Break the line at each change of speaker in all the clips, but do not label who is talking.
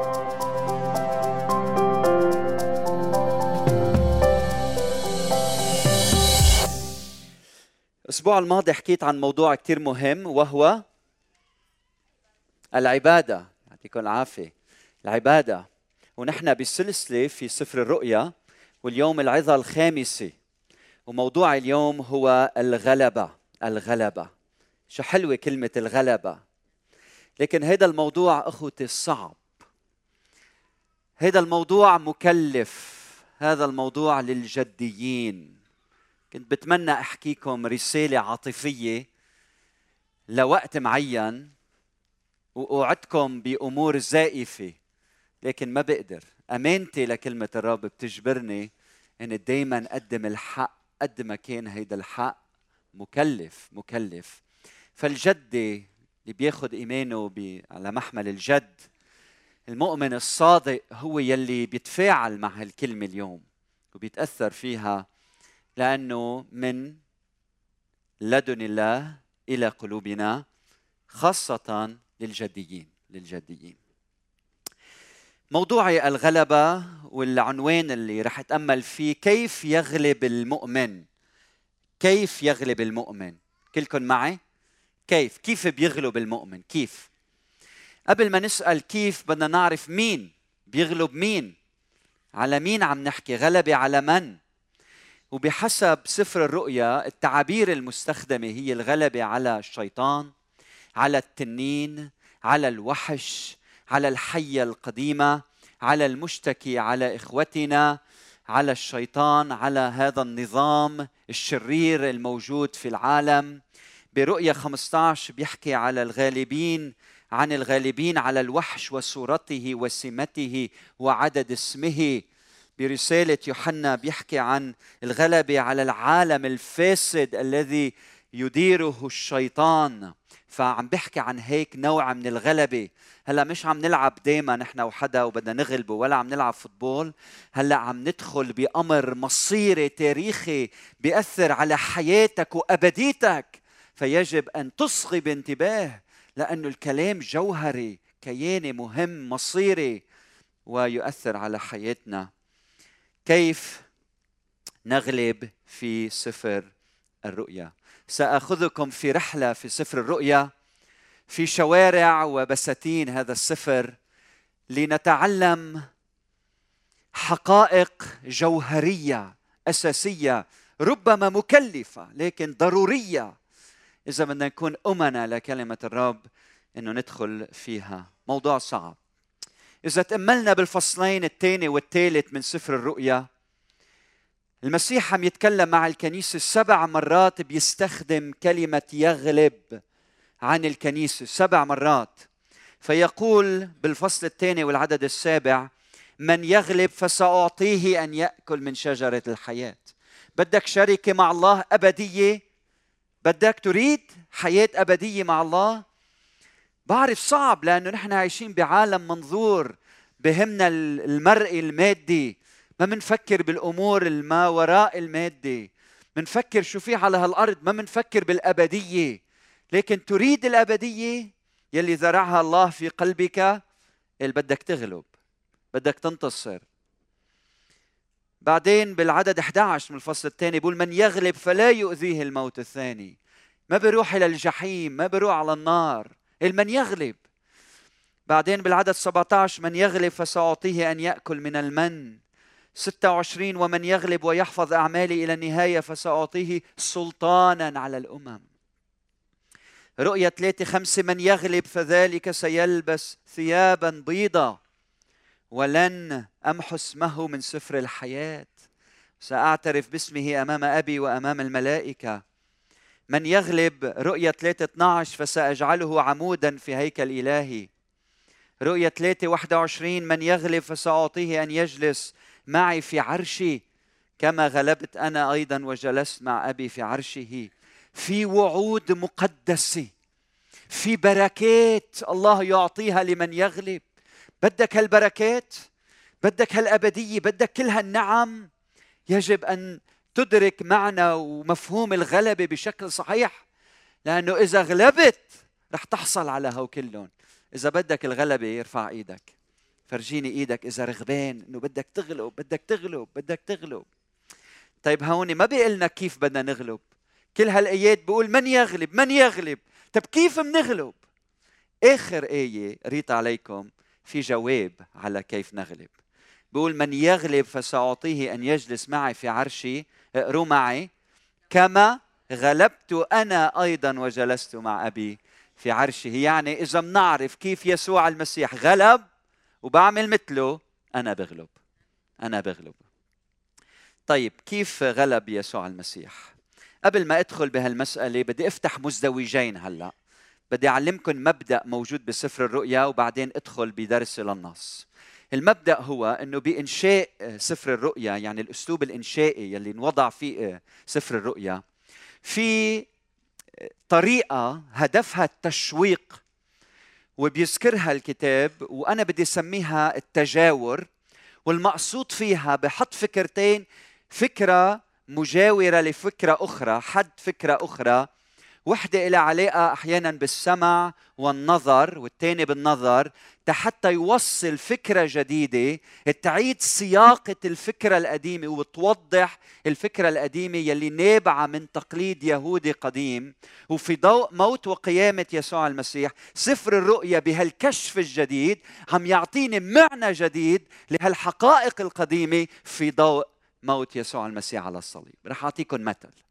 الأسبوع الماضي حكيت عن موضوع كتير مهم وهو العبادة. يعطيكم العافية. العبادة، ونحن بسلسلة في سفر الرؤيا، واليوم العظة الخامسة، وموضوع اليوم هو الغلبة. الغلبة، شو حلوة كلمة الغلبة. لكن هذا الموضوع أخوتي صعب، هذا الموضوع مكلف، هذا الموضوع للجديين. كنت بتمنى أحكيكم رسالة عاطفية لوقت معين وأوعدكم بأمور زائفة، لكن ما بقدر. أمانتي لكلمة الرب بتجبرني أن دايما أقدم الحق قد ما كان هيدا الحق مكلف. فالجدي اللي بياخد إيمانه على محمل الجد، المؤمن الصادق، هو يلي بيتفاعل مع هالكلمة اليوم وبيتأثر فيها، لأنه من لدن الله إلى قلوبنا، خاصة للجديين. موضوعي الغلبة، والعنوان اللي رح أتأمل فيه كيف يغلب المؤمن. كيف يغلب المؤمن؟ كلكم معي؟ كيف بيغلب المؤمن؟ كيف؟ قبل ما نسأل كيف بدنا نعرف مين بيغلب مين. على مين عم نحكي؟ غلبة على من؟ وبحسب سفر الرؤيا التعابير المستخدمة هي الغلبة على الشيطان، على التنين، على الوحش، على الحية القديمة، على المشتكي على إخوتنا، على الشيطان، على هذا النظام الشرير الموجود في العالم. برؤيا 15 بيحكي على الغالبين، عن الغالبين على الوحش وصورته وسمته وعدد اسمه. برسالة يوحنا بيحكي عن الغلبة على العالم الفاسد الذي يديره الشيطان. فعم بيحكي عن هيك نوع من الغلبة. هلا مش عم نلعب دايما نحن وحدا وبدنا نغلبه، ولا عم نلعب فوتبول. هلا عم ندخل بأمر مصيري تاريخي بيأثر على حياتك وأبديتك، فيجب أن تصغي بانتباه، لأنه الكلام جوهري، كياني مهم مصيري ويؤثر على حياتنا. كيف نغلب في سفر الرؤيا؟ سأخذكم في رحلة في سفر الرؤيا، في شوارع وبساتين هذا السفر، لنتعلم حقائق جوهرية أساسية، ربما مكلفة لكن ضرورية إذا بدنا نكون أمنا لكلمة الرب، إنه ندخل فيها. موضوع صعب. إذا تأملنا بالفصلين الثاني والثالث من سفر الرؤيا، المسيح عم يتكلم مع الكنيسة 7 مرات، بيستخدم كلمة يغلب عن الكنيسة 7 مرات. فيقول بالفصل الثاني والعدد 7: من يغلب فسأعطيه أن يأكل من شجرة الحياة. بدك شركة مع الله أبدية؟ بدك تريد حياة أبدية مع الله؟ بعرف صعب، لأنه نحن عايشين بعالم منظور، بهمنا المرئي المادي، ما منفكر بالأمور الما وراء المادي، منفكر شو في على هالأرض، ما منفكر بالأبدية. لكن تريد الأبدية يلي زرعها الله في قلبك، اللي بدك تغلب، بدك تنتصر. بعدين بالعدد 11 من الفصل الثاني بيقول: من يغلب فلا يؤذيه الموت الثاني. ما بيروح إلى الجحيم، ما بيروح على النار، من يغلب. بعدين بالعدد 17: من يغلب فسأعطيه أن يأكل من المن. 26: ومن يغلب ويحفظ أعمالي إلى النهاية فسأعطيه سلطانا على الأمم. رؤية 3:5: من يغلب فذلك سيلبس ثيابا بيضة، ولن أمحو اسمه من سفر الحياة، سأعترف باسمه أمام أبي وأمام الملائكة. من يغلب، رؤية 3:12: فسأجعله عمودا في هيكل إلهي. رؤية 3:21: من يغلب فسأعطيه أن يجلس معي في عرشي كما غلبت أنا أيضا وجلست مع أبي في عرشه. في وعود مقدسة، في بركات الله يعطيها لمن يغلب. بدك هالبركات؟ بدك هالأبدية؟ بدك كل هالنعم؟ يجب أن تدرك معنى ومفهوم الغلبة بشكل صحيح، لأنه إذا غلبت رح تحصل على هو كلهم. إذا بدك الغلبة ارفع إيدك. فرجيني ايدك اذا رغبان انه بدك تغلب بدك تغلب بدك تغلب. طيب هون ما بيقلنا كيف بدنا نغلب، كل هالايات بيقول من يغلب من يغلب. طب كيف منغلب؟ اخر ايه قريت عليكم في جواب على كيف نغلب. بيقول من يغلب فسأعطيه ان يجلس معي في عرشي، اقروا معي، كما غلبت انا ايضا وجلست مع ابي في عرشه. يعني اذا منعرف كيف يسوع المسيح غلب وبعمل مثله، انا بغلب، انا بغلب. طيب كيف غلب يسوع المسيح؟ قبل ما ادخل بهالمسألة بدي افتح مزدوجين. هلا بدي اعلمكم مبدأ موجود بسفر الرؤيا وبعدين ادخل بدرس للنص. المبدأ هو انه بانشاء سفر الرؤيا، يعني الاسلوب الانشائي يلي نوضع فيه سفر الرؤيا، في طريقة هدفها التشويق وبيذكرها الكتاب، وانا بدي اسميها التجاور. والمقصود فيها بحط فكرتين، فكرة مجاورة لفكرة أخرى، حد فكرة أخرى، وحدة إلى علاقة أحيانا بالسمع والنظر والتاني بالنظر، حتى يوصل فكرة جديدة تعيد صياغة الفكرة القديمة وتوضح الفكرة القديمة يلي نابعة من تقليد يهودي قديم. وفي ضوء موت وقيامة يسوع المسيح، سفر الرؤيا بهالكشف الجديد عم يعطيني معنى جديد لهالحقائق القديمة في ضوء موت يسوع المسيح على الصليب. رح أعطيكم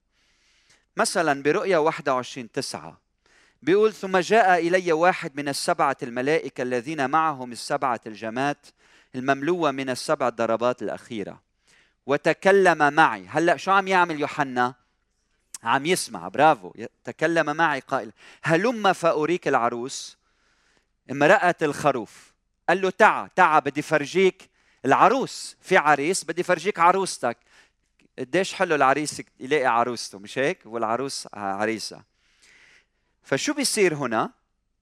مثلا برؤيا 21:9 بيقول: ثم جاء إلي واحد من السبعة الملائكة الذين معهم السبعة الجمات المملوءة من السبع ضربات الأخيرة وتكلم معي. هلأ شو عم يعمل يوحنا؟ عم يسمع، برافو. تكلم معي قائل: هلم فأريك العروس امرأة الخروف. قال له تعا بدي فرجيك العروس، في عريس بدي فرجيك عروستك. قديش حلو العريس يلاقي عروسته، مش هيك؟ والعروس عريسة. فشو بيصير هنا؟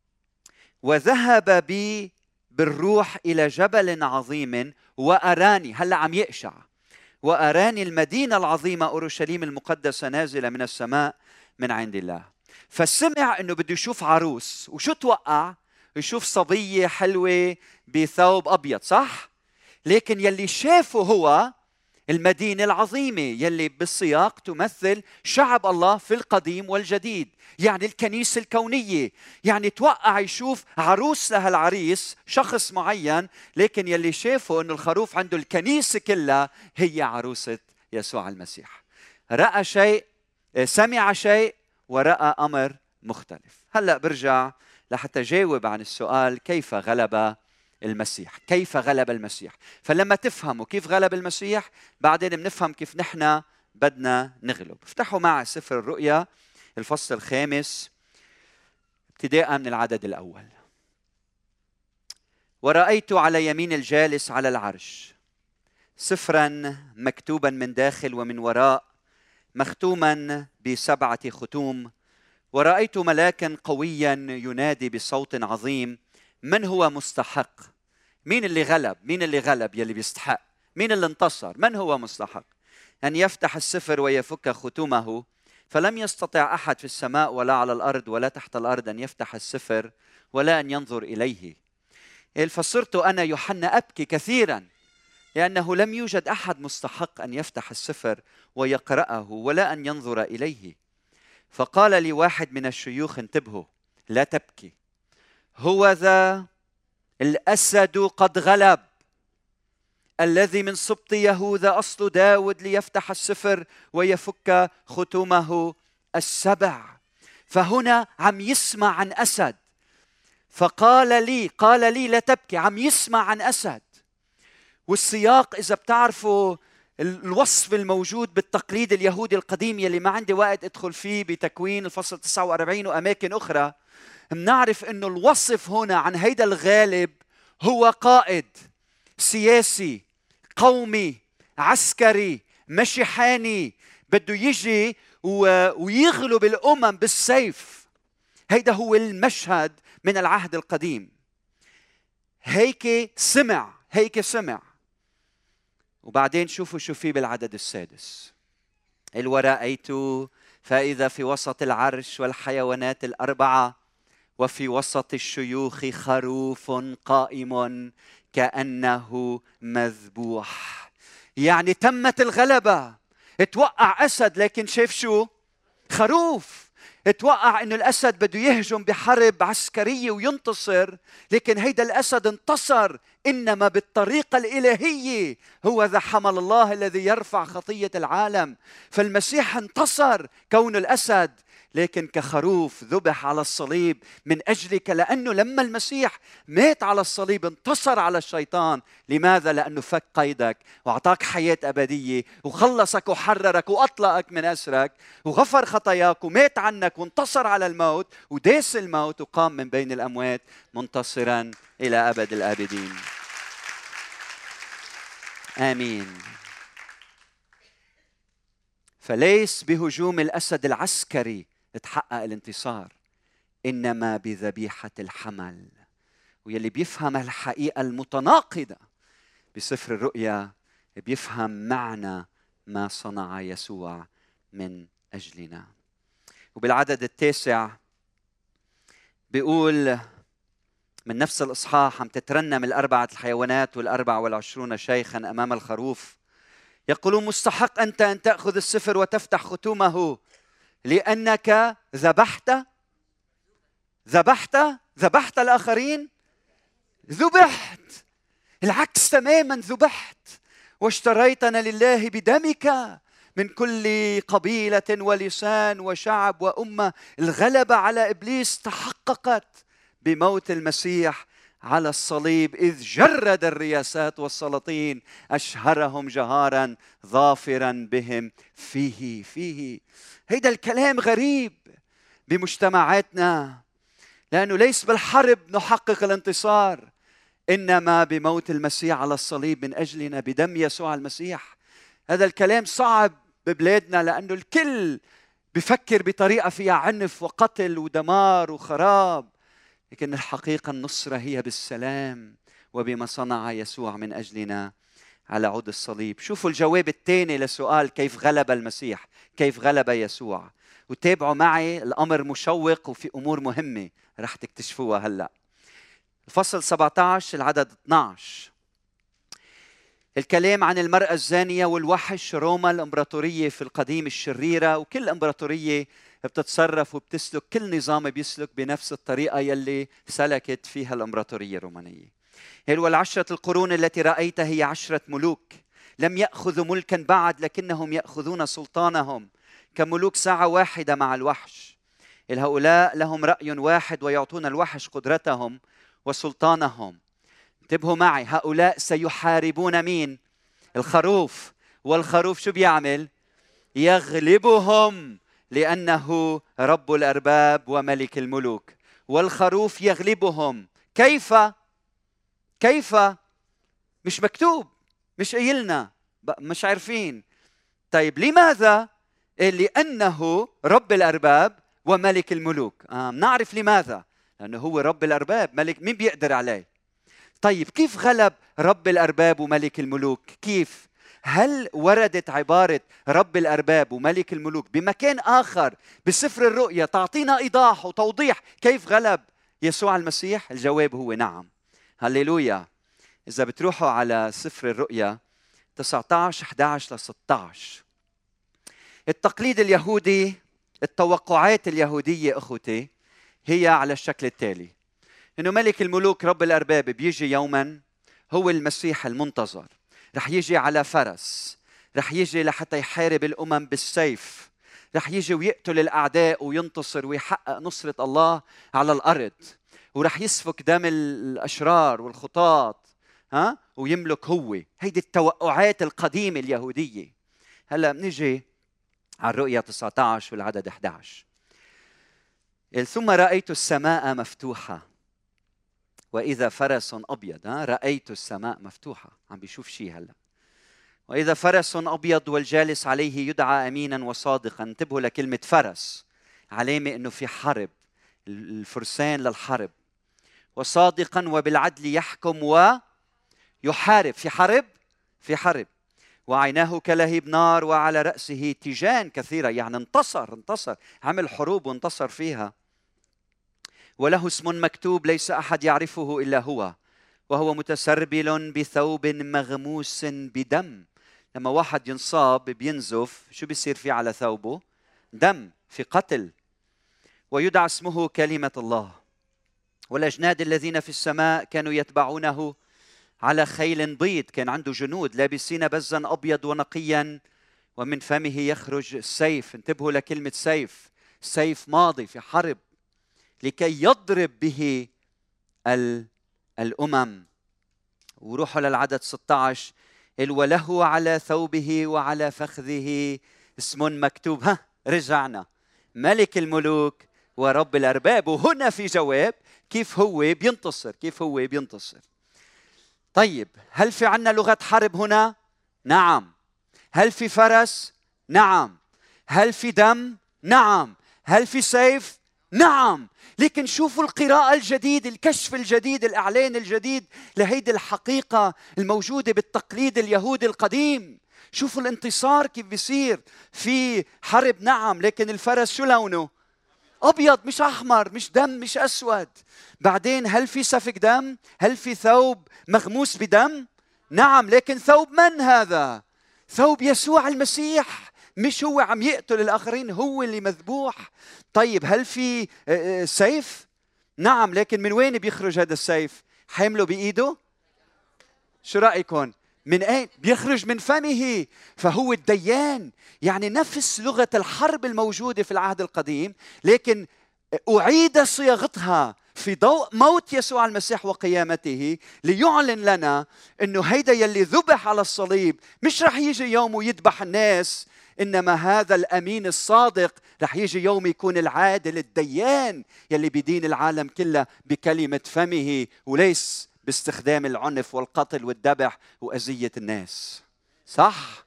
وذهب بي بالروح إلى جبل عظيم وأراني، هلأ عم يقشع، وأراني المدينة العظيمة أورشليم المقدسة نازلة من السماء من عند الله. فسمع إنه بده يشوف عروس، وشو توقع؟ يشوف صبية حلوة بثوب أبيض، صح؟ لكن يلي شافه هو المدينة العظيمة يلي بالسياق تمثل شعب الله في القديم والجديد، يعني الكنيسة الكونية. يعني توقع يشوف عروس لهالعريس، شخص معين، لكن يلي شافه أنه الخروف عنده الكنيسة كلها هي عروسة يسوع المسيح. رأى شيء، سمع شيء، ورأى أمر مختلف. هلأ برجع لحتى جاوب عن السؤال: كيف غلب المسيح؟ كيف غلب المسيح؟ فلما تفهموا كيف غلب المسيح، بعدين بنفهم كيف نحن بدنا نغلب. افتحوا معي سفر الرؤيا الفصل 5 ابتداء من العدد الأول. ورأيت على يمين الجالس على العرش سفرا مكتوبا من داخل ومن وراء، مختوما ب7 ختوم. ورأيت ملاكا قويا ينادي بصوت عظيم: من هو مستحق؟ مين اللي غلب؟ مين اللي غلب؟ يلي بيستحق. مين اللي انتصر؟ من هو مستحق أن يفتح السفر ويفك ختومه؟ فلم يستطع أحد في السماء ولا على الأرض ولا تحت الأرض أن يفتح السفر ولا أن ينظر إليه. فصرت أنا يوحنا أبكي كثيرا، لأنه لم يوجد أحد مستحق أن يفتح السفر ويقرأه ولا أن ينظر إليه. فقال لي واحد من الشيوخ: انتبهوا، لا تبكي، هو ذا الأسد قد غلب، الذي من سبط يهوذا أصل داود، ليفتح السفر ويفك ختومه ال7. فهنا عم يسمع عن أسد، فقال لي لا تبكي. عم يسمع عن أسد. والسياق إذا بتعرفوا الوصف الموجود بالتقليد اليهودي القديم يلي ما عندي وقت أدخل فيه بتكوين الفصل 49 وأماكن أخرى، منعرف أنه الوصف هنا عن هيدا الغالب هو قائد سياسي قومي عسكري مشيحاني بده يجي ويغلب الأمم بالسيف. هيدا هو المشهد من العهد القديم. هيك سمع. وبعدين شوفوا شو في بالعدد 6: ورأيت فإذا في وسط العرش والحيوانات 4 وفي وسط الشيوخ خروف قائم كأنه مذبوح. يعني تمت الغلبة. اتوقع أسد لكن شاف شو؟ خروف. اتوقع انه الاسد بده يهجم بحرب عسكريه وينتصر، لكن هيدا الاسد انتصر انما بالطريقه الالهيه. هو ذا حمل الله الذي يرفع خطيه العالم. فالمسيح انتصر كونه الاسد، لكن كخروف ذبح على الصليب من أجلك، لأنه لما المسيح مات على الصليب انتصر على الشيطان. لماذا؟ لأنه فك قيدك وأعطاك حياة أبدية وخلصك وحررك وأطلقك من أسرك وغفر خطاياك ومات عنك وانتصر على الموت وداس الموت وقام من بين الأموات منتصرا إلى أبد الآبدين. آمين. فليس بهجوم الأسد العسكري تحقق الانتصار، إنما بذبيحة الحمل. ويلي بيفهم الحقيقة المتناقضة بسفر الرؤيا بيفهم معنى ما صنع يسوع من أجلنا. وبالعدد 9 بيقول من نفس الإصحاح: عم تترنم 4 الحيوانات 24 شيخا أمام الخروف، يقولون: مستحق أنت أن تأخذ السفر وتفتح ختومه، لأنك ذبحت الآخرين. ذبحت، العكس تماما، ذبحت. واشتريتنا لله بدمك من كل قبيلة ولسان وشعب وأمة. الغلبة على إبليس تحققت بموت المسيح على الصليب، إذ جرد الرياسات والسلاطين أشهرهم جهارا ظافرا بهم فيه. هيدا الكلام غريب بمجتمعاتنا، لأنه ليس بالحرب نحقق الانتصار، إنما بموت المسيح على الصليب من أجلنا، بدم يسوع المسيح. هذا الكلام صعب ببلادنا لأنه الكل بفكر بطريقة فيها عنف وقتل ودمار وخراب، لكن الحقيقة النصرة هي بالسلام وبما صنع يسوع من أجلنا على عود الصليب. شوفوا الجواب الثاني لسؤال كيف غلب المسيح، كيف غلب يسوع. وتابعوا معي، الأمر مشوق وفي أمور مهمة رح تكتشفوها هلأ. الفصل 17 العدد 12، الكلام عن المرأة الزانية والوحش. روما الإمبراطورية في القديم الشريرة، وكل إمبراطورية بتتصرف وبتسلك، كل نظام بيسلك بنفس الطريقة يلي سلكت فيها الإمبراطورية الرومانية. والعشرة القرون التي رأيتها هي 10 ملوك لم يأخذوا ملكا بعد، لكنهم يأخذون سلطانهم كملوك ساعة واحدة مع الوحش. هؤلاء لهم رأي واحد ويعطون الوحش قدرتهم وسلطانهم. انتبهوا معي، هؤلاء سيحاربون مين؟ الخروف. والخروف شو بيعمل؟ يغلبهم، لأنه رب الأرباب وملك الملوك. والخروف يغلبهم. كيف؟ مش مكتوب، مش قايلنا، مش عارفين. طيب لماذا؟ لأنه رب الأرباب وملك الملوك. نعرف لماذا، لأنه هو رب الأرباب ملك، مين بيقدر عليه؟ طيب كيف غلب رب الأرباب وملك الملوك؟ كيف؟ هل وردت عبارة رب الأرباب وملك الملوك بمكان آخر بسفر الرؤيا تعطينا إيضاح وتوضيح كيف غلب يسوع المسيح؟ الجواب هو نعم. هللويا. إذا بتروحوا على سفر الرؤيا 19 11 16، التقليد اليهودي، التوقعات اليهودية أخوتي هي على الشكل التالي: إنه ملك الملوك رب الأرباب بيجي يوما، هو المسيح المنتظر، رح يجي على فرس، رح يجي لحتى يحارب الأمم بالسيف، رح يجي ويقتل الأعداء وينتصر ويحقق نصرة الله على الأرض، ورح يسفك دم الأشرار والخطاة، ويملك هو. هيدي التوقعات القديمة اليهودية. هلأ بنيجي على الرؤيا 19 والعدد 11: ثم رأيت السماء مفتوحة وإذا فرس أبيض. رأيت السماء مفتوحة، عم بيشوف شيء هلأ. وإذا فرس أبيض والجالس عليه يدعى أمينا وصادقا. انتبهوا لكلمة فرس، علامة إنه في حرب، الفرسان للحرب. وصادقا وبالعدل يحكم ويحارب. في حرب. وعيناه كلهيب نار وعلى رأسه تيجان كثيرة، يعني انتصر، عمل حروب وانتصر فيها. وله اسم مكتوب ليس أحد يعرفه إلا هو، وهو متسربل بثوب مغموس بدم. لما واحد ينصاب بينزف، شو بيصير فيه على ثوبه؟ دم، في قتل. ويدعى اسمه كلمة الله. والأجناد الذين في السماء كانوا يتبعونه على خيل بيض، كان عنده جنود لابسين بزا أبيض ونقيا، ومن فمه يخرج السيف. انتبهوا لكلمة سيف، سيف ماضي في حرب، لكي يضرب به الأمم. وروحوا للعدد 16، وله على ثوبه وعلى فخذه اسم مكتوب. رجعنا، ملك الملوك ورب الأرباب. وهنا في جواب كيف هو بينتصر، كيف هو بينتصر. طيب، هل في عنا لغة حرب هنا؟ نعم. هل في فرس؟ نعم. هل في دم؟ نعم. هل في سيف؟ نعم. لكن شوفوا القراءة الجديدة، الكشف الجديد، الإعلان الجديد لهيدي الحقيقة الموجودة بالتقليد اليهودي القديم. شوفوا الانتصار كيف بيصير في حرب. نعم، لكن الفرس شو لونه؟ أبيض، مش أحمر، مش دم، مش أسود. بعدين هل في سفك دم؟ هل في ثوب مغموس بدم؟ نعم، لكن ثوب من هذا؟ ثوب يسوع المسيح، مش هو عم يقتل الآخرين، هو اللي مذبوح. طيب، هل في سيف؟ نعم، لكن من وين بيخرج هذا السيف؟ حامله بإيده؟ شو رأيكم؟ من أين؟ بيخرج من فمه، فهو الديان. يعني نفس لغة الحرب الموجودة في العهد القديم، لكن أعيد صياغتها في ضوء موت يسوع المسيح وقيامته، ليعلن لنا أنه هيدا يلي ذبح على الصليب مش رح يجي يوم ويذبح الناس، إنما هذا الأمين الصادق رح يجي يوم يكون العادل الديان يلي بيدين العالم كله بكلمة فمه، وليس باستخدام العنف والقتل والذبح وأذية الناس. صح؟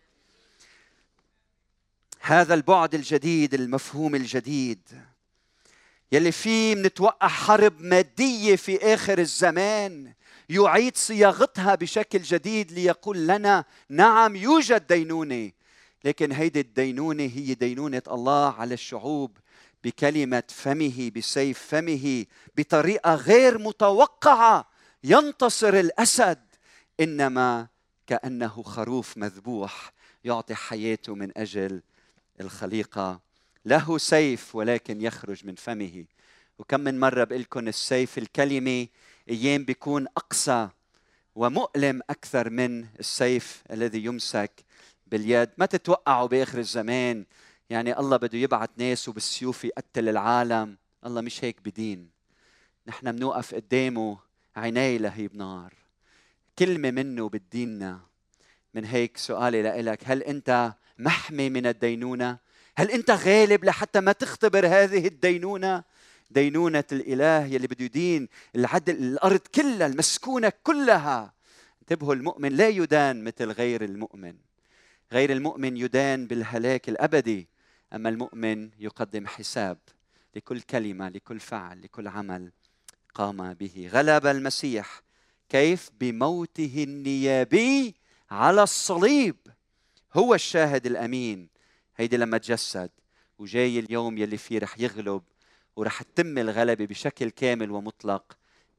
هذا البعد الجديد، المفهوم الجديد يلي فيه منتوقع حرب مادية في آخر الزمان، يعيد صياغتها بشكل جديد ليقول لنا نعم يوجد دينونة، لكن هيدي الدينونة هي دينونة الله على الشعوب بكلمة فمه، بسيف فمه، بطريقة غير متوقعة. ينتصر الأسد، إنما كأنه خروف مذبوح يعطي حياته من أجل الخليقة. له سيف ولكن يخرج من فمه. وكم من مرة بقول لكم السيف الكلمة أيام بيكون أقسى ومؤلم أكثر من السيف الذي يمسك باليد. ما تتوقعوا بآخر الزمان يعني الله بده يبعث ناس وبالسيوف يقتل العالم. الله مش هيك بدين. نحن بنوقف قدامه عيني لهيب نار، كلمة منه بديننا. من هيك سؤالي لإلك، هل أنت محمي من الدينونة؟ هل أنت غالب لحتى ما تختبر هذه الدينونة؟ دينونة الإله يلي بده يدين العدل، الأرض كلها المسكونة كلها. انتبهوا، المؤمن لا يدان مثل غير المؤمن. غير المؤمن يدان بالهلاك الأبدي، أما المؤمن يقدم حساب لكل كلمة، لكل فعل، لكل عمل قام به. غلب المسيح كيف؟ بموته النيابي على الصليب. هو الشاهد الأمين. هيدي لما تجسد وجاي اليوم يلي فيه رح يغلب ورح تتم الغلبة بشكل كامل ومطلق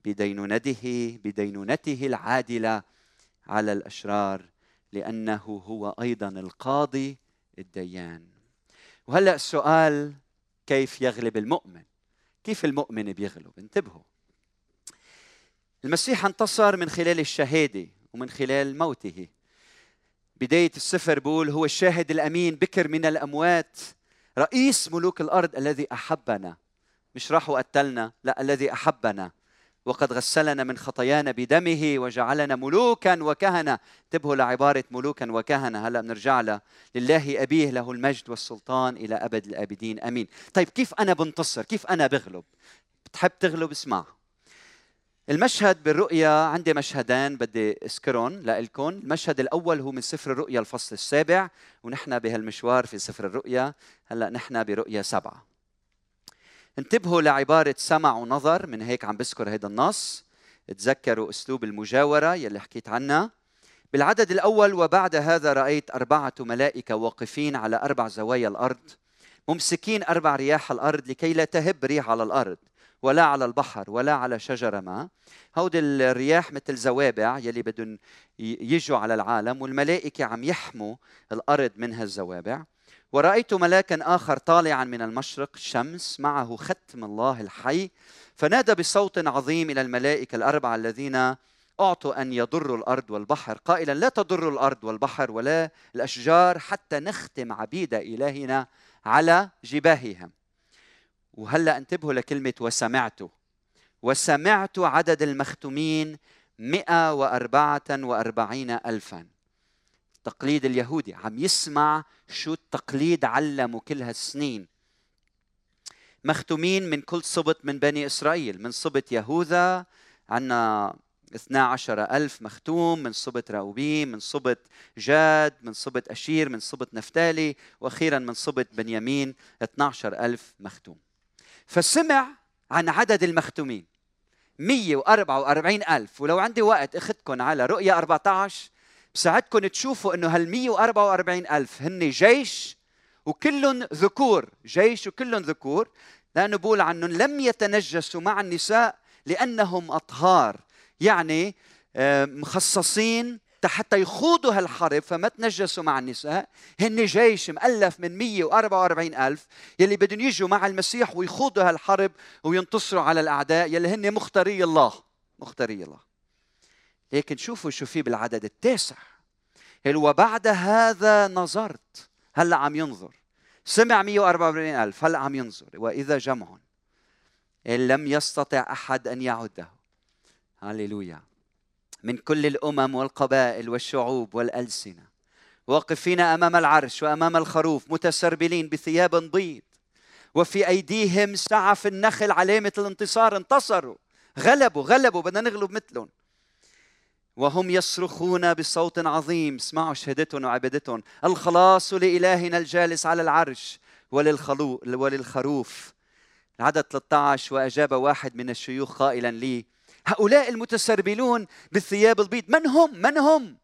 بدينونته العادلة على الأشرار، لأنه هو أيضا القاضي الديان. وهلأ السؤال، كيف يغلب المؤمن؟ كيف المؤمن بيغلب؟ انتبهوا، المسيح انتصر من خلال الشهادة ومن خلال موته. بداية السفر بقول هو الشاهد الأمين، بكر من الأموات، رئيس ملوك الأرض، الذي أحبنا. مش راح وقتلنا، لا، الذي أحبنا وقد غسلنا من خطايانا بدمه وجعلنا ملوكا وكهنة. انتبهوا لعبارة ملوكا وكهنة، هلأ بنرجع لها. لله أبيه له المجد والسلطان إلى أبد الآبدين، أمين. طيب، كيف أنا بنتصر؟ كيف أنا بغلب؟ بتحب تغلب؟ اسمع المشهد بالرؤيا. عندي مشهدان بدي اذكرهم لكم. المشهد الاول هو من سفر الرؤيا الفصل 7، ونحن بهالمشوار في سفر الرؤيا. هلا نحن برؤيا 7. انتبهوا لعباره سمع ونظر. من هيك عم بذكر هذا النص. تذكروا اسلوب المجاوره يلي حكيت عنها بالعدد الاول. وبعد هذا رايت 4 ملائكه واقفين على 4 زوايا الارض، ممسكين 4 رياح الارض لكي لا تهب ريح على الارض، ولا على البحر ولا على شجرة ما. هودي الرياح مثل زوابع يلي بدهم يجوا على العالم، والملائكة عم يحموا الأرض من هالزوابع. ورأيت ملاكا آخر طالعا من المشرق، الشمس، معه ختم الله الحي، فنادى بصوت عظيم إلى الملائكة الأربعة الذين أعطوا أن يضروا الأرض والبحر قائلا: لا تضروا الأرض والبحر ولا الأشجار حتى نختم عبيد إلهنا على جباههم. وهلأ انتبهوا لكلمة وسمعت عدد المختومين 144,000. التقليد اليهودي عم يسمع شو التقليد علموا كل هالسنين. مختومين من كل سبط من بني إسرائيل. من سبط يهوذا عنا 12,000 مختوم، من سبط راؤوبين، من سبط جاد، من سبط أشير، من سبط نفتالي، وأخيرا من سبط بنيامين 12,000 مختوم. فسمع عن عدد المختومين 144,000. ولو عندي وقت أخذكم على رؤية 14 بساعدكم تشوفوا أنه هال144,000 هن جيش وكلهم ذكور، جيش وكلهم ذكور، لأنه بقول عنهم لم يتنجسوا مع النساء لأنهم أطهار، يعني مخصصين حتى يخوضوا هالحرب فما تنجسوا مع النساء. هن جيش مؤلف من 144,000 يلي بدهم يجوا مع المسيح ويخوضوا هالحرب وينتصروا على الأعداء يلي هن مختاري الله. لكن شوفوا شو في بالعدد التاسع: وبعد هذا نظرت. هلأ عم ينظر. سمع 144,000، هلأ عم ينظر، وإذا جمع إن لم يستطع أحد أن يعده. هاليلويا. من كل الأمم والقبائل والشعوب والألسنة، واقفين أمام العرش وأمام الخروف، متسربلين بثياب بيض، وفي أيديهم سعف النخل علامة الانتصار. انتصروا، غلبوا، بدنا نغلب مثلهم. وهم يصرخون بصوت عظيم، اسمعوا شهادتهم وعبادتهم: الخلاص لإلهنا الجالس على العرش وللخروف. العدد 13: وأجاب واحد من الشيوخ قائلا لي: هؤلاء المتسربلون بالثياب البيض من هم؟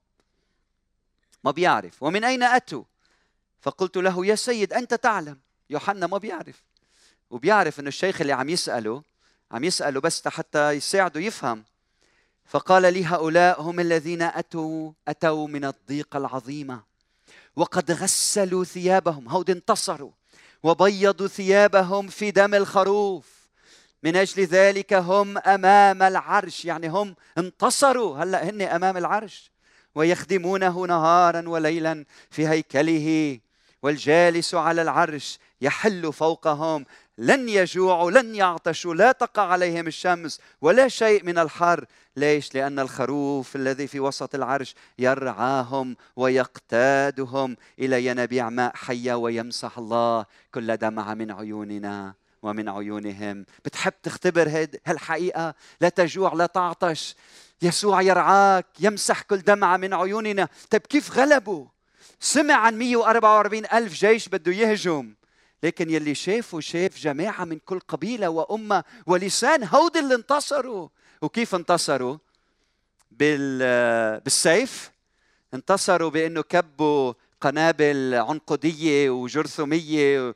ما بيعرف. ومن أين أتوا؟ فقلت له: يا سيد أنت تعلم. يوحنا ما بيعرف، وبيعرف أنه الشيخ اللي عم يسأله بس حتى يساعده يفهم. فقال لي: هؤلاء هم الذين أتوا من الضيقة العظيمة وقد غسلوا ثيابهم. هود انتصروا وبيضوا ثيابهم في دم الخروف. من أجل ذلك هم أمام العرش، يعني هم انتصروا، هلأ هن أمام العرش، ويخدمونه نهارا وليلا في هيكله. والجالس على العرش يحل فوقهم، لن يجوعوا لن يعطشوا، لا تقع عليهم الشمس ولا شيء من الحر. ليش؟ لأن الخروف الذي في وسط العرش يرعاهم ويقتادهم إلى ينابيع ماء حية، ويمسح الله كل دمعة من عيوننا ومن عيونهم. بتحب تختبر هالحقيقة؟ لا تجوع لا تعطش، يسوع يرعاك، يمسح كل دمعة من عيوننا. طيب كيف غلبوا؟ سمع عن 144,000 جيش بده يهجم، لكن يلي شاف جماعة من كل قبيلة وأمة ولسان. هود اللي انتصروا. وكيف انتصروا؟ بالسيف. انتصروا بأنه كبوا قنابل عنقودية وجرثومية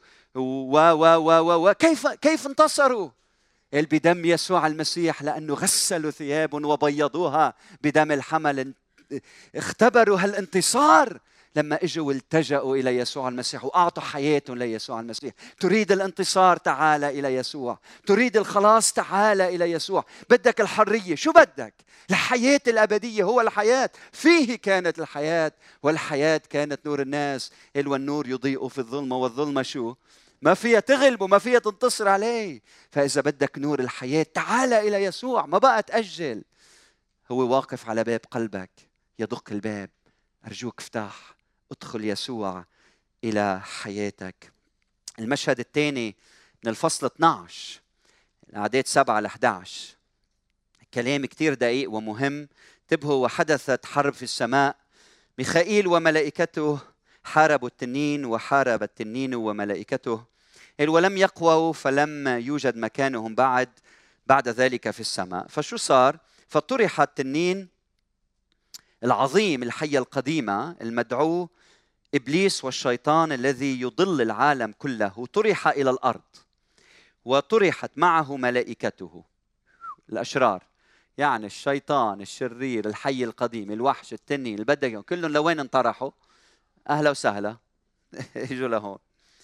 كيف انتصروا؟ بدم يسوع المسيح، لأنه غسلوا ثياب وبيضوها بدم الحمل. اختبروا هالانتصار لما اجوا والتجأوا إلى يسوع المسيح وأعطوا حياتهم ليسوع المسيح. تريد الانتصار؟ تعال إلى يسوع. تريد الخلاص؟ تعال إلى يسوع. بدك الحرية؟ شو بدك؟ الحياة الأبدية. هو الحياة، فيه كانت الحياة والحياة كانت نور الناس. والنور يضيء في الظلمة، والظلمة شو؟ ما فيها تغلب وما فيها تنتصر عليه. فإذا بدك نور الحياة تعال إلى يسوع، ما بقى تأجل. هو واقف على باب قلبك يدق الباب. أرجوك افتح، ادخل يسوع إلى حياتك. المشهد الثاني من الفصل 12 الأعداد 7-11، كلام كتير دقيق ومهم. انتبهوا: وحدثت حرب في السماء، ميخائيل وملائكته حاربوا التنين، وحارب التنين وملائكته، ولم يقووا، فلم يوجد مكانهم بعد ذلك في السماء. فشو صار؟ فطرح التنين العظيم، الحية القديمة المدعو إبليس والشيطان الذي يضل العالم كله، طرح إلى الأرض. وطرحت معه ملائكته الأشرار، يعني الشيطان الشرير الحي القديم الوحش التنين البدقي كلهم لوين انطرحوا؟ أهلا وسهلا اجوا لهون.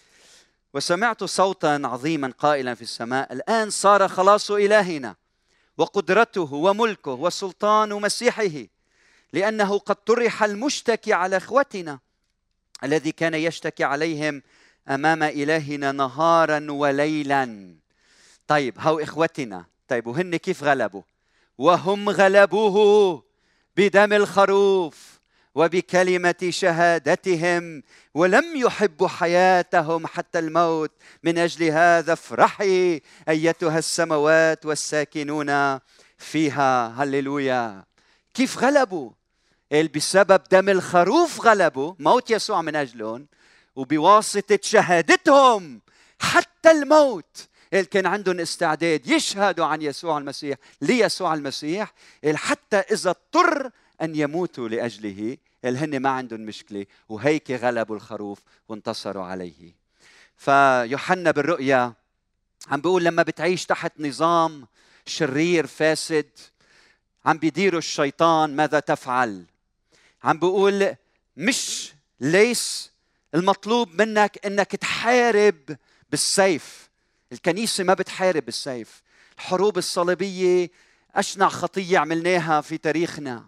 وسمعت صوتا عظيما قائلا في السماء: الآن صار خلاص إلهنا وقدرته وملكه وسلطان مسيحه، لأنه قد طرح المشتكي على إخوتنا الذي كان يشتكي عليهم أمام إلهنا نهارا وليلا. طيب هو إخوتنا، طيب وهن كيف غلبوا؟ وهم غلبوه بدم الخروف وبكلمة شهادتهم، ولم يحبوا حياتهم حتى الموت. من أجل هذا افرحي أيتها السماوات والساكنون فيها. هللويا. كيف غلبوا؟ بسبب دم الخروف غلبوا، موت يسوع من أجلهم، وبواسطة شهادتهم حتى الموت. كان عندهم استعداد يشهدوا عن يسوع المسيح ليسوع المسيح حتى إذا اضطر أن يموتوا لأجله. هن ما عندهم مشكلة، وهيك غلبوا الخروف وانتصروا عليه. فيوحنا بالرؤيا عم بيقول لما بتعيش تحت نظام شرير فاسد عم بيديروا الشيطان ماذا تفعل؟ عم بيقول مش ليس المطلوب منك انك تحارب بالسيف. الكنيسة ما بتحارب بالسيف. الحروب الصليبية أشنع خطية عملناها في تاريخنا.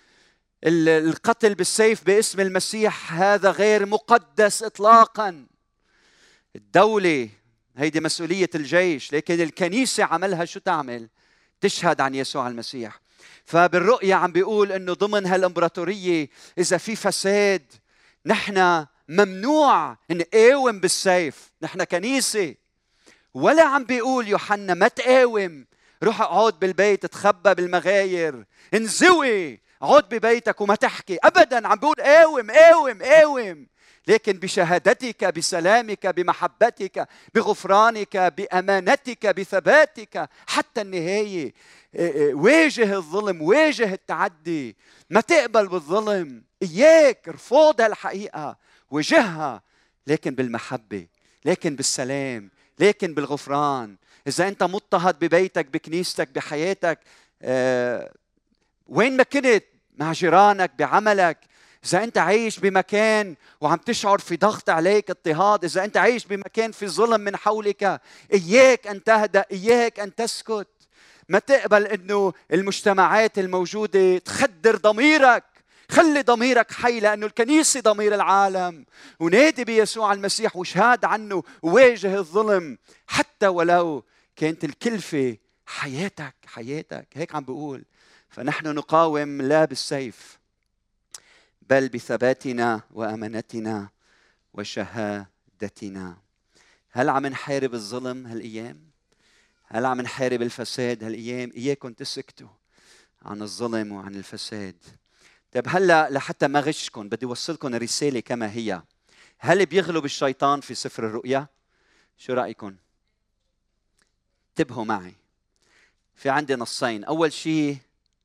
القتل بالسيف باسم المسيح هذا غير مقدس إطلاقا. الدولة هيدي مسؤولية الجيش، لكن الكنيسة عملها شو تعمل؟ تشهد عن يسوع المسيح. فبالرؤية عم بيقول إنه ضمن هالإمبراطورية إذا في فساد نحن ممنوع نقاوم بالسيف، نحن كنيسة. ولا عم بيقول يوحنا ما تقاوم، روح اقعد بالبيت تخبى بالمغاير انزوي، اقعد ببيتك وما تحكي. أبدا، عم بيقول قاوم قاوم قاوم، لكن بشهادتك بسلامك بمحبتك بغفرانك بأمانتك بثباتك حتى النهاية. واجه الظلم، واجه التعدي، ما تقبل بالظلم. إياك ارفض هالحقيقة، واجهها، لكن بالمحبة، لكن بالسلام، لكن بالغفران. إذا أنت مضطهد ببيتك بكنيستك بحياتك وين ما كنت، مع جيرانك بعملك، إذا أنت عايش بمكان وعم تشعر في ضغط عليك اضطهاد، إذا أنت عايش بمكان في ظلم من حولك، إياك أن تهدأ، إياك أن تسكت. ما تقبل أنه المجتمعات الموجودة تخدر ضميرك. خلي ضميرك حي، لأنه الكنيسة ضمير العالم. ونادي بيسوع المسيح وشهاد عنه، وواجه الظلم حتى ولو كانت الكلفة حياتك. هيك عم بقول. فنحن نقاوم لا بالسيف بل بثباتنا وأمانتنا وشهادتنا. هل عم نحارب الظلم هالأيام؟ هل عم نحارب الفساد هالأيام؟ إياكم تسكتوا عن الظلم وعن الفساد. طيب هلا لحتى ما غشكم بدي اوصلكم الرساله كما هي. هل بيغلب الشيطان في سفر الرؤيا؟ شو رايكم؟ انتبهوا معي، في عندي نصين. اول شيء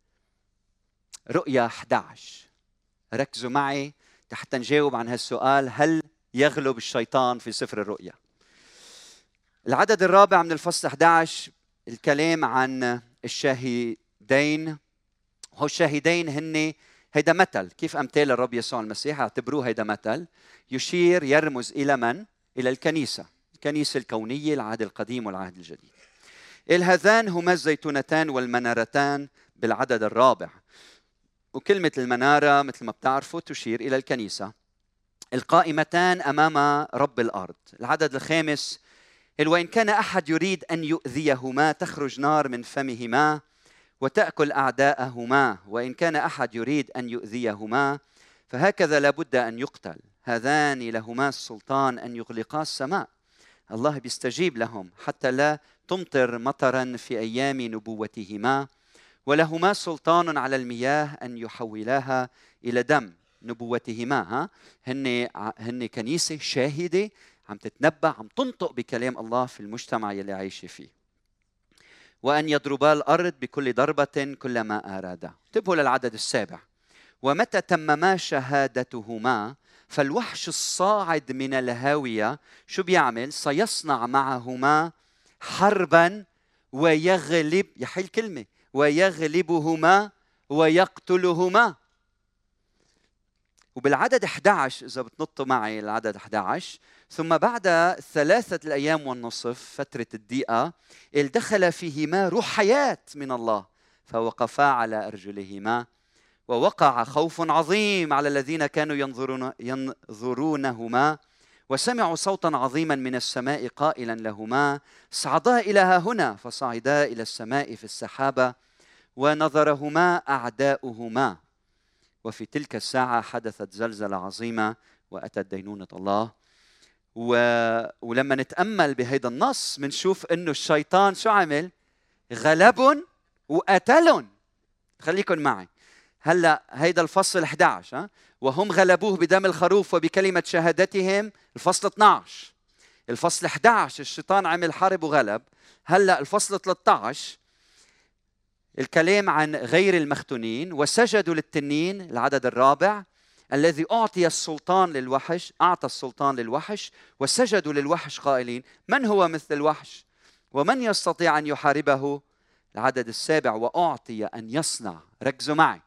رؤيا 11، ركزوا معي حتى نجاوب عن هالسؤال: هل يغلب الشيطان في سفر الرؤيا؟ العدد الرابع من الفصل 11 الكلام عن الشاهدين. هو الشاهدين هن هيدا مثل، كيف أمثال الرب يسوع المسيح اعتبروه هيدا مثل يشير يرمز إلى من؟ إلى الكنيسة الكونية، العهد القديم والعهد الجديد. هذان هما الزيتونتان والمنارتان بالعدد الرابع. وكلمة المنارة مثل ما بتعرفوا تشير إلى الكنيسة. القائمتان أمام رب الأرض. العدد الخامس: وإن كان أحد يريد أن يؤذيهما تخرج نار من فمهما وتأكل أعداءهما، وإن كان أحد يريد أن يؤذيهما فهكذا لابد أن يقتل. هذان لهما السلطان أن يغلقا السماء. الله بيستجيب لهم حتى لا تمطر مطرا في أيام نبوتهما، ولهما سلطان على المياه أن يحولاها إلى دم. نبوتهما هن كنيسة شاهدة عم تتنبأ، عم تنطق بكلام الله في المجتمع يلي عايشة فيه. وأن يضربا الأرض بكل ضربة كلما أرادا. انتبهوا للعدد السابع: ومتى تمما شهادتهما فالوحش الصاعد من الهاوية شو بيعمل؟ سيصنع معهما حربا ويغلب، يحل كلمة، ويغلبهما ويقتلهما. وبالعدد 11 إذا بتنطوا معي العدد 11، ثم بعد 3 أيام والنصف فترة الضيقة دخل فيهما روح حياة من الله فوقفا على أرجلهما، ووقع خوف عظيم على الذين كانوا ينظرونهما، وسمعوا صوتا عظيما من السماء قائلا لهما اصعدا إلى ها هنا، فصعدا إلى السماء في السحابة ونظرهما أعداؤهما. وفي تلك الساعة حدثت زلزلة عظيمة وأتت دينونة الله. ولما نتأمل بهذا النص منشوف إنه الشيطان شو عمل؟ غلبهم وقتلهم. خليكن معي هلا هيدا الفصل 11 وهم غلبوه بدم الخروف وبكلمة شهادتهم. الفصل 12. الفصل 11 الشيطان عمل حرب وغلب. هلا الفصل 13 الكلام عن غير المختونين، وسجدوا للتنين العدد 4 الذي أعطى السلطان للوحش، وسجدوا للوحش قائلين من هو مثل الوحش ومن يستطيع أن يحاربه. العدد 7 وأعطي أن يصنع، ركزوا معي،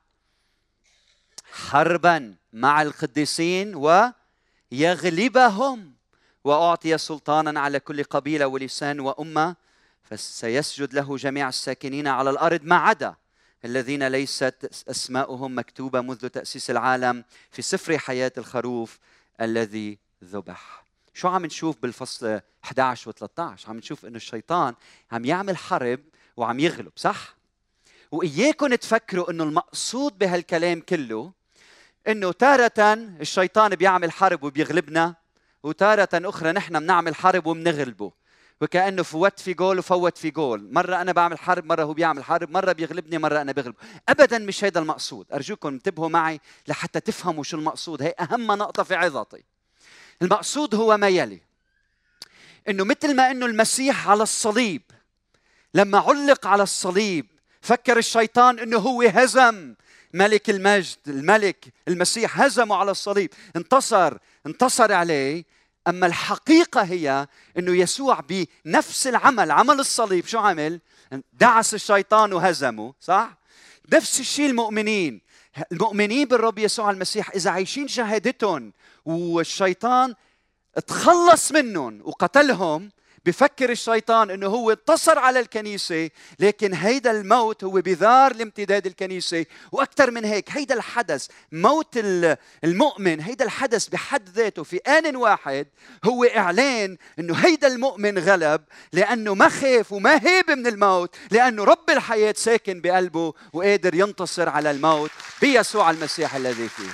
حربا مع القديسين ويغلبهم، وأعطي سلطانا على كل قبيلة ولسان وأمة، فسيسجد له جميع الساكنين على الأرض ما عدا الذين ليست أسماؤهم مكتوبة منذ تأسيس العالم في سفر حياة الخروف الذي ذبح. شو عم نشوف بالفصل 11 و13؟ عم نشوف إنه الشيطان عم يعمل حرب وعم يغلب، صح؟ وإياكم تفكروا إنه المقصود بهالكلام كله إنه تارة الشيطان بيعمل حرب وبيغلبنا، وتارة أخرى نحن بنعمل حرب وبنغلبه، وكأنه فوت في جول وفوت في جول. مرة أنا بعمل حرب، مرة هو بيعمل حرب، مرة بيغلبني، مرة أنا بغلبه. أبداً مش هذا المقصود. أرجوكم انتبهوا معي لحتى تفهموا شو المقصود. هي أهم نقطة في عظتي. المقصود هو ما يلي، إنه مثل ما إنه المسيح على الصليب لما علق على الصليب فكر الشيطان إنه هو هزم ملك المجد، الملك المسيح هزمه على الصليب، انتصر عليه. أما الحقيقة هي أنه يسوع بنفس العمل، عمل الصليب، شو عمل؟ دعس الشيطان وهزمه، صح؟ نفس الشيء المؤمنين بالرب يسوع المسيح إذا عايشين شهادتهم والشيطان تخلص منهم وقتلهم، بفكر الشيطان انه هو انتصر على الكنيسه، لكن هيدا الموت هو بذار لامتداد الكنيسه. واكثر من هيك، هيدا الحدث موت المؤمن، هيدا الحدث بحد ذاته في آن واحد هو اعلان انه هيدا المؤمن غلب، لانه ما خاف وما هيب من الموت، لانه رب الحياه ساكن بقلبه وقادر ينتصر على الموت بيسوع المسيح الذي فيه.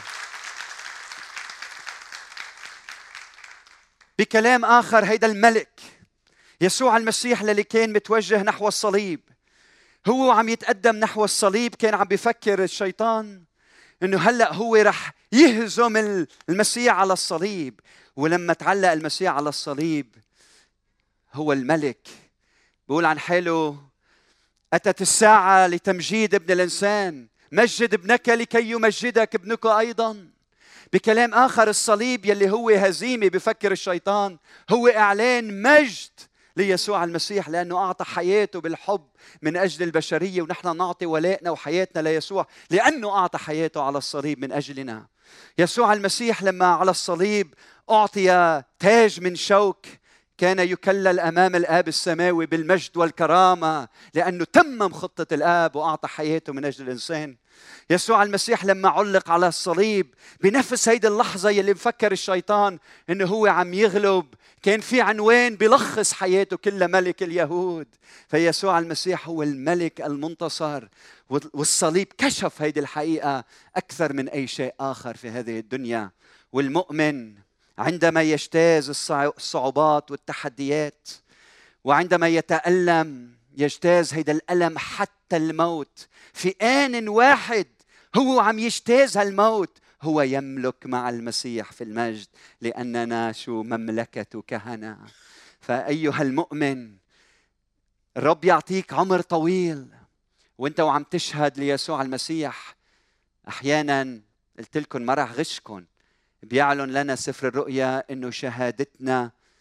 بكلام آخر، هيدا الملك يسوع المسيح اللي كان متوجه نحو الصليب، هو عم يتقدم نحو الصليب، كان عم بيفكر الشيطان انه هلأ هو رح يهزم المسيح على الصليب. ولما تعلق المسيح على الصليب هو الملك، بيقول عن حاله أتت الساعة لتمجيد ابن الإنسان، مجد ابنك لكي يمجدك ابنك أيضا. بكلام آخر، الصليب يلي هو هزيمة بفكر الشيطان هو إعلان مجد ليسوع المسيح، لأنه أعطى حياته بالحب من أجل البشرية، ونحن نعطي ولائنا وحياتنا ليسوع لأنه أعطى حياته على الصليب من أجلنا. يسوع المسيح لما على الصليب أعطي تاج من شوك، كان يكلل أمام الآب السماوي بالمجد والكرامة، لأنه تمم خطة الآب وأعطى حياته من أجل الإنسان. يسوع المسيح لما علق على الصليب بنفس هيدي اللحظة يلي بفكر الشيطان إنه هو عم يغلب، كان في عنوان بلخص حياته كلها، ملك اليهود. فيسوع المسيح هو الملك المنتصر، والصليب كشف هيدي الحقيقة أكثر من أي شيء آخر في هذه الدنيا. والمؤمن عندما يجتاز الصعوبات والتحديات، وعندما يتألم يجتاز هيدا الألم حتى الموت في آن واحد، هو عم يجتاز هالموت، هو يملك مع المسيح في المجد، لأننا شو مملكة كهنة. فأيها المؤمن، الرب يعطيك عمر طويل وانت وعم تشهد ليسوع المسيح. أحيانا قلت لكم، ما راح غشكم، بيعلن لنا سفر الرؤيا إنه شهادتنا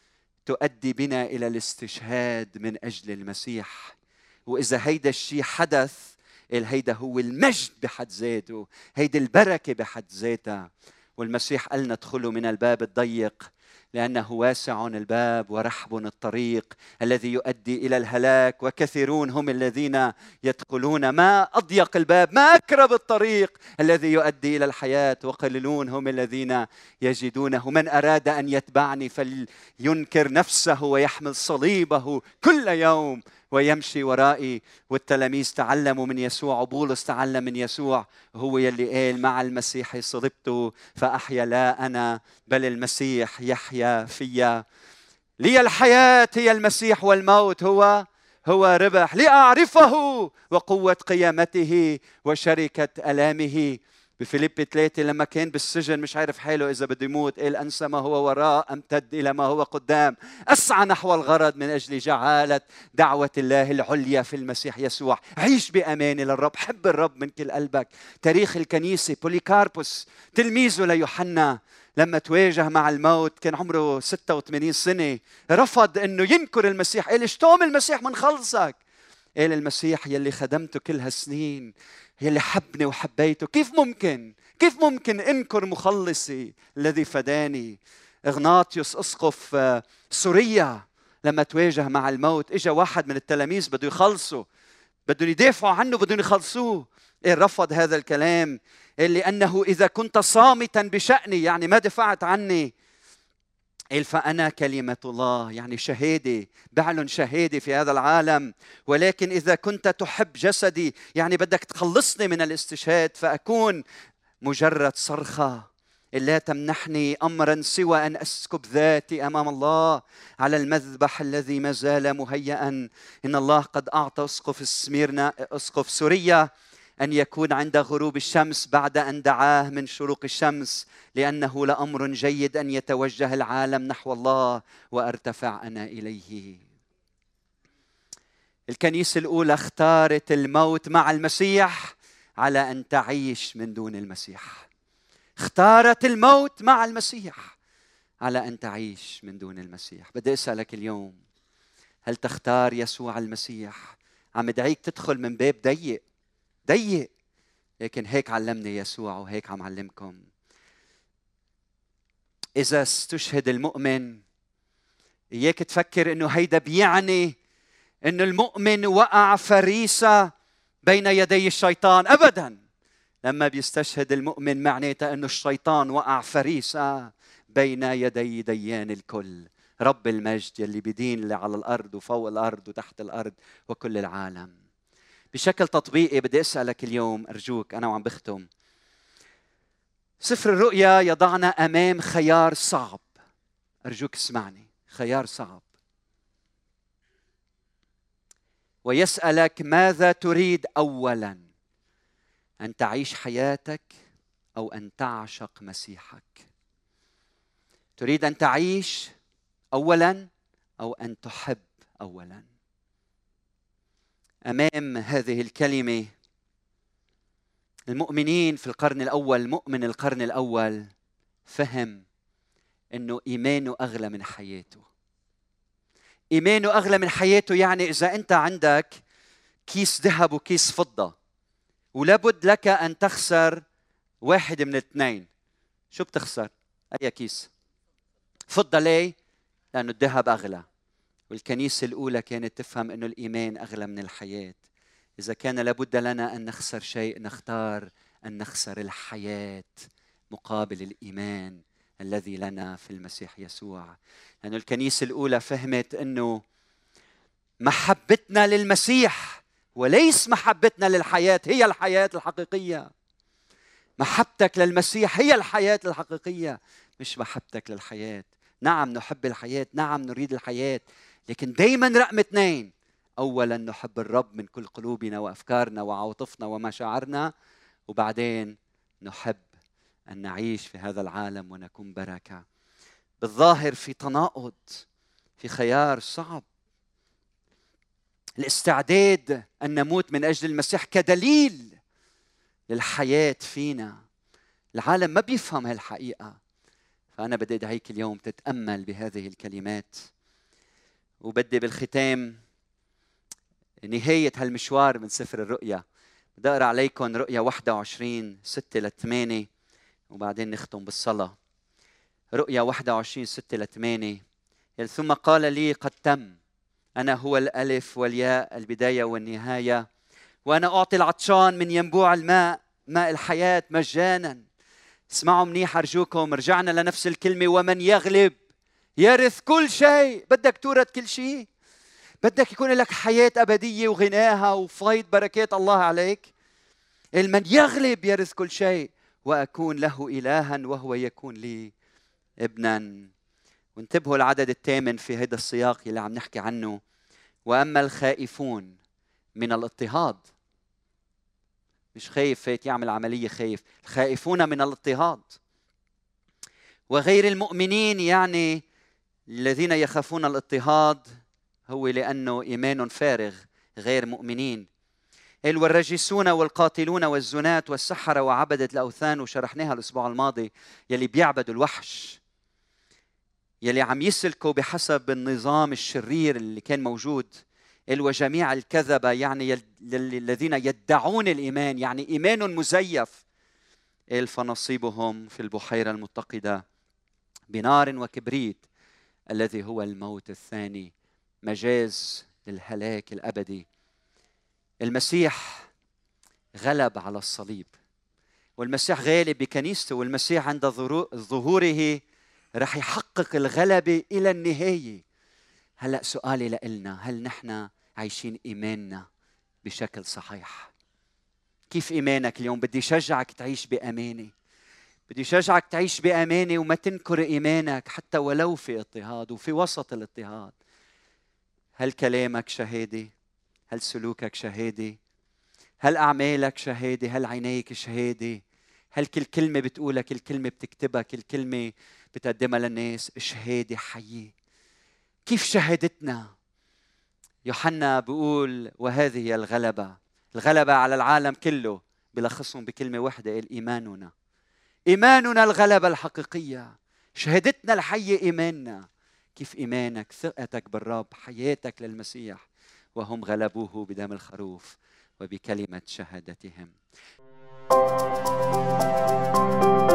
تؤدي بنا إلى الاستشهاد من أجل المسيح. وإذا هيدا الشيء حدث، هيدا هو المجد بحد ذاته، هيدا البركة بحد ذاتها. والمسيح قال لنا ادخلوا من الباب الضيق لأنه واسع الباب ورحب الطريق الذي يؤدي إلى الهلاك، وكثيرون هم الذين يدخلون. ما أضيق الباب، ما أكرب الطريق الذي يؤدي إلى الحياة، وقليلون هم الذين يجدونه. من أراد أن يتبعني فلينكر نفسه ويحمل صليبه كل يوم ويمشي ورائي. والتلاميذ تعلموا من يسوع، وبولس تعلم من يسوع، هو يلي قال مع المسيح صلبت فأحيا لا أنا بل المسيح يحيا فيا. لي الحياة هي المسيح والموت هو ربح، لأعرفه وقوة قيامته وشركة ألامه. بفيليبي 3 لما كان بالسجن مش عارف حاله إذا بده يموت، قال أنسى ما هو وراء أمتد إلى ما هو قدام، أسعى نحو الغرض من أجل جعالة دعوة الله العليا في المسيح يسوع. عيش بأمان للرب، حب الرب من كل قلبك. تاريخ الكنيسة، بوليكاربوس تلميذه ليوحنا لما تواجه مع الموت كان عمره 86 سنة، رفض أنه ينكر المسيح. قال اشتوم المسيح من خلصك. قال المسيح يلي خدمته كل هالسنين، يلي حبني وحبيته، كيف ممكن انكر مخلصي الذي فداني؟ اغناطيوس اسقف سوريا لما تواجه مع الموت، اجا واحد من التلاميذ بده يخلصه، بدهم يدافعوا عنه، بدهم يخلصوه. رفض هذا الكلام. لأنه إذا كنت صامتا بشأني، يعني ما دفعت عني، فأنا كلمة الله، يعني شهادة، بعلن شهادة في هذا العالم. ولكن إذا كنت تحب جسدي، يعني بدك تخلصني من الاستشهاد، فأكون مجرد صرخة لا تمنحني أمرا سوى أن أسكب ذاتي أمام الله على المذبح الذي ما زال مهيئا. إن الله قد أعطى أسقف سوريا أن يكون عند غروب الشمس بعد أن دعاه من شروق الشمس، لأنه لأمر جيد أن يتوجه العالم نحو الله وأرتفع أنا إليه. الكنيسة الأولى اختارت الموت مع المسيح على أن تعيش من دون المسيح. اختارت الموت مع المسيح على أن تعيش من دون المسيح. بدي أسألك اليوم، هل تختار يسوع المسيح؟ عم ادعيك تدخل من باب ضيق، لكن هيك علمني يسوع وهيك عم علمكم. إذا استشهد المؤمن، إياك تفكر إنه هيدا بيعني إنه المؤمن وقع فريسة بين يدي الشيطان. أبداً، لما بيستشهد المؤمن معناته إنه الشيطان وقع فريسة بين يدي ديان الكل، رب المجد يلي بدين اللي على الأرض وفوق الأرض وتحت الأرض وكل العالم. بشكل تطبيقي بدي أسألك اليوم، أرجوك أنا وعم بختم، سفر الرؤيا يضعنا أمام خيار صعب. أرجوك اسمعني، خيار صعب، ويسألك ماذا تريد أولاً، أن تعيش حياتك أو أن تعشق مسيحك؟ تريد أن تعيش أولاً أو أن تحب أولاً؟ أمام هذه الكلمة المؤمنين في القرن الأول، مؤمن القرن الأول فهم أنه إيمانه أغلى من حياته. إيمانه أغلى من حياته، يعني إذا أنت عندك كيس ذهب وكيس فضة ولابد لك أن تخسر واحد من الاثنين، شو بتخسر؟ أي كيس؟ فضة. ليه؟ لأنه الذهب أغلى. والكنيسة الأولى كانت تفهم أنه الإيمان أغلى من الحياة. إذا كان لابد لنا أن نخسر شيء، نختار أن نخسر الحياة مقابل الإيمان الذي لنا في المسيح يسوع. لأن الكنيسة الأولى فهمت أنه محبتنا للمسيح وليس محبتنا للحياة هي الحياة الحقيقية. محبتك للمسيح هي الحياة الحقيقية، مش محبتك للحياة. نعم نحب الحياة، نعم نريد الحياة، لكن دايما رقم 2، أولا نحب الرب من كل قلوبنا وأفكارنا وعواطفنا ومشاعرنا، وبعدين نحب أن نعيش في هذا العالم ونكون بركة. بالظاهر في تناقض، في خيار صعب. الاستعداد أن نموت من أجل المسيح كدليل للحياة فينا. العالم ما بيفهم هالحقيقة. فأنا بدي أدعيك اليوم تتأمل بهذه الكلمات. وبدي بالختام نهاية هالمشوار من سفر الرؤيا بدي أقرأ عليكم رؤيا 21 6 ل 8 وبعدين نختم بالصلاة. رؤيا 21 6 ل 8. ثم قال لي قد تم، أنا هو الألف والياء البداية والنهاية، وأنا أعطي العطشان من ينبوع الماء ماء الحياة مجانا. اسمعوا منيح أرجوكم، رجعنا لنفس الكلمة، ومن يغلب يرث كل شيء. بدك تورث كل شيء؟ بدك يكون لك حياة أبدية وغناها وفيض بركات الله عليك؟ من يغلب يرث كل شيء، وأكون له إلها وهو يكون لي ابنا. وانتبهوا العدد الثامن في هذا السياق اللي عم نحكي عنه. وأما الخائفون من الاضطهاد، مش خايف فات يعمل عملية، خايف الخائفون من الاضطهاد وغير المؤمنين، يعني الذين يخافون الاضطهاد هو لأنه إيمان فارغ، غير مؤمنين. والرجسون والقاتلون والزناة والسحرة وعبدة الأوثان، وشرحناها الأسبوع الماضي، يلي بيعبدوا الوحش، يلي عم يسلكوا بحسب النظام الشرير اللي كان موجود. وجميع الكذبة، يعني الذين يدعون الإيمان، يعني إيمان مزيف. فنصيبهم في البحيرة المتقدة بنار وكبريت، الذي هو الموت الثاني، مجاز للهلاك الأبدي. المسيح غلب على الصليب، والمسيح غالب بكنيسته، والمسيح عند ظهوره رح يحقق الغلبة إلى النهاية. هلأ سؤالي لإلنا، هل نحن عايشين إيماننا بشكل صحيح؟ كيف إيمانك اليوم؟ بدي شجعك تعيش بأمانة، بدي شجعك تعيش بأمانة وما تنكر إيمانك حتى ولو في اضطهاد وفي وسط الاضطهاد. هل كلامك شهادة؟ هل سلوكك شهادة؟ هل أعمالك شهادة؟ هل عينيك شهادة؟ هل كل كلمة بتقولها، كل كلمة بتكتبها، كل كلمة بتقدمها للناس شهادة حية؟ كيف شهادتنا؟ يوحنا بيقول وهذه هي الغلبة على العالم كله، بلخصهم بكلمة واحدة، إيماننا. إيماننا الغلبة الحقيقية، شهادتنا الحية إيماننا. كيف إيمانك؟ ثقتك بالرب، حياتك للمسيح. وهم غلبوه بدم الخروف وبكلمة شهادتهم.